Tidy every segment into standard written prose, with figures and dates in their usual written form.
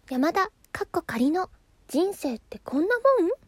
山田仮の人生ってこんなもん？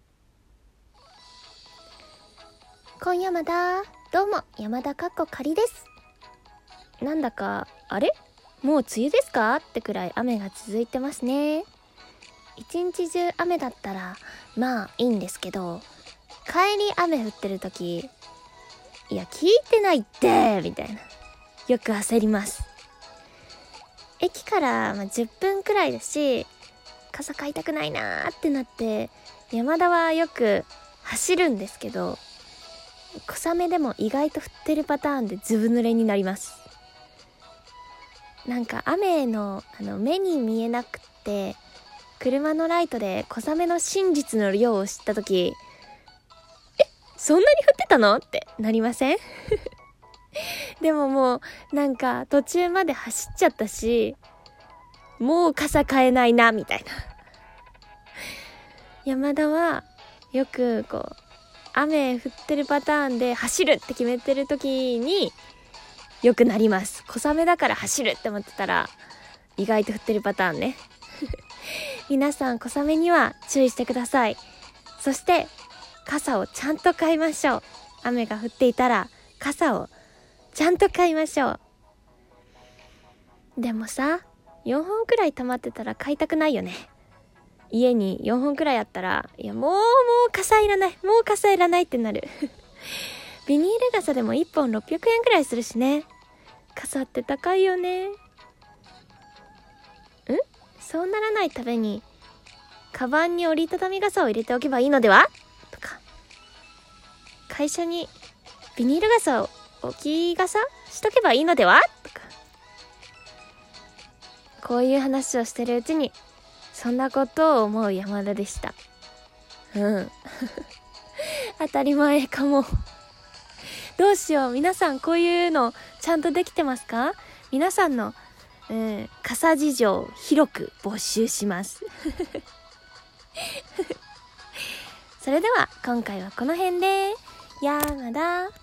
今夜まだどうも山田仮です。なんだかあれもう梅雨ですかってくらい雨が続いてますね。一日中雨だったらまあいいんですけど、帰り雨降ってる時、いや聞いてないってみたいな、よく焦ります。駅から10分くらいだし、傘買いたくないなーってなって山田はよく走るんですけど、小雨でも意外と降ってるパターンでずぶ濡れになります。なんか雨の目に見えなくって車のライトで小雨の真実の量を知ったとき、そんなに降ってたのってなりません？でももうなんか途中まで走っちゃったし、もう傘買えないなみたいな。山田はよくこう雨降ってるパターンで走るって決めてる時によくなります。小雨だから走るって思ってたら意外と降ってるパターンね。皆さん小雨には注意してください。そして傘をちゃんと買いましょう。雨が降っていたら傘をちゃんと買いましょう。でもさ、4本くらい溜まってたら買いたくないよね。家に4本くらいあったら、いやもう傘いらない、もう傘いらないってなる。ビニール傘でも1本600円くらいするしね。傘って高いよね。そうならないためにカバンに折りたたみ傘を入れておけばいいのではとか、会社にビニール傘を置き傘しとけばいいのではとか、こういう話をしてるうちにそんなことを思う山田でした。当たり前かも。どうしよう、皆さんこういうのちゃんとできてますか？皆さんの傘事情広く募集します。それでは今回はこの辺で山田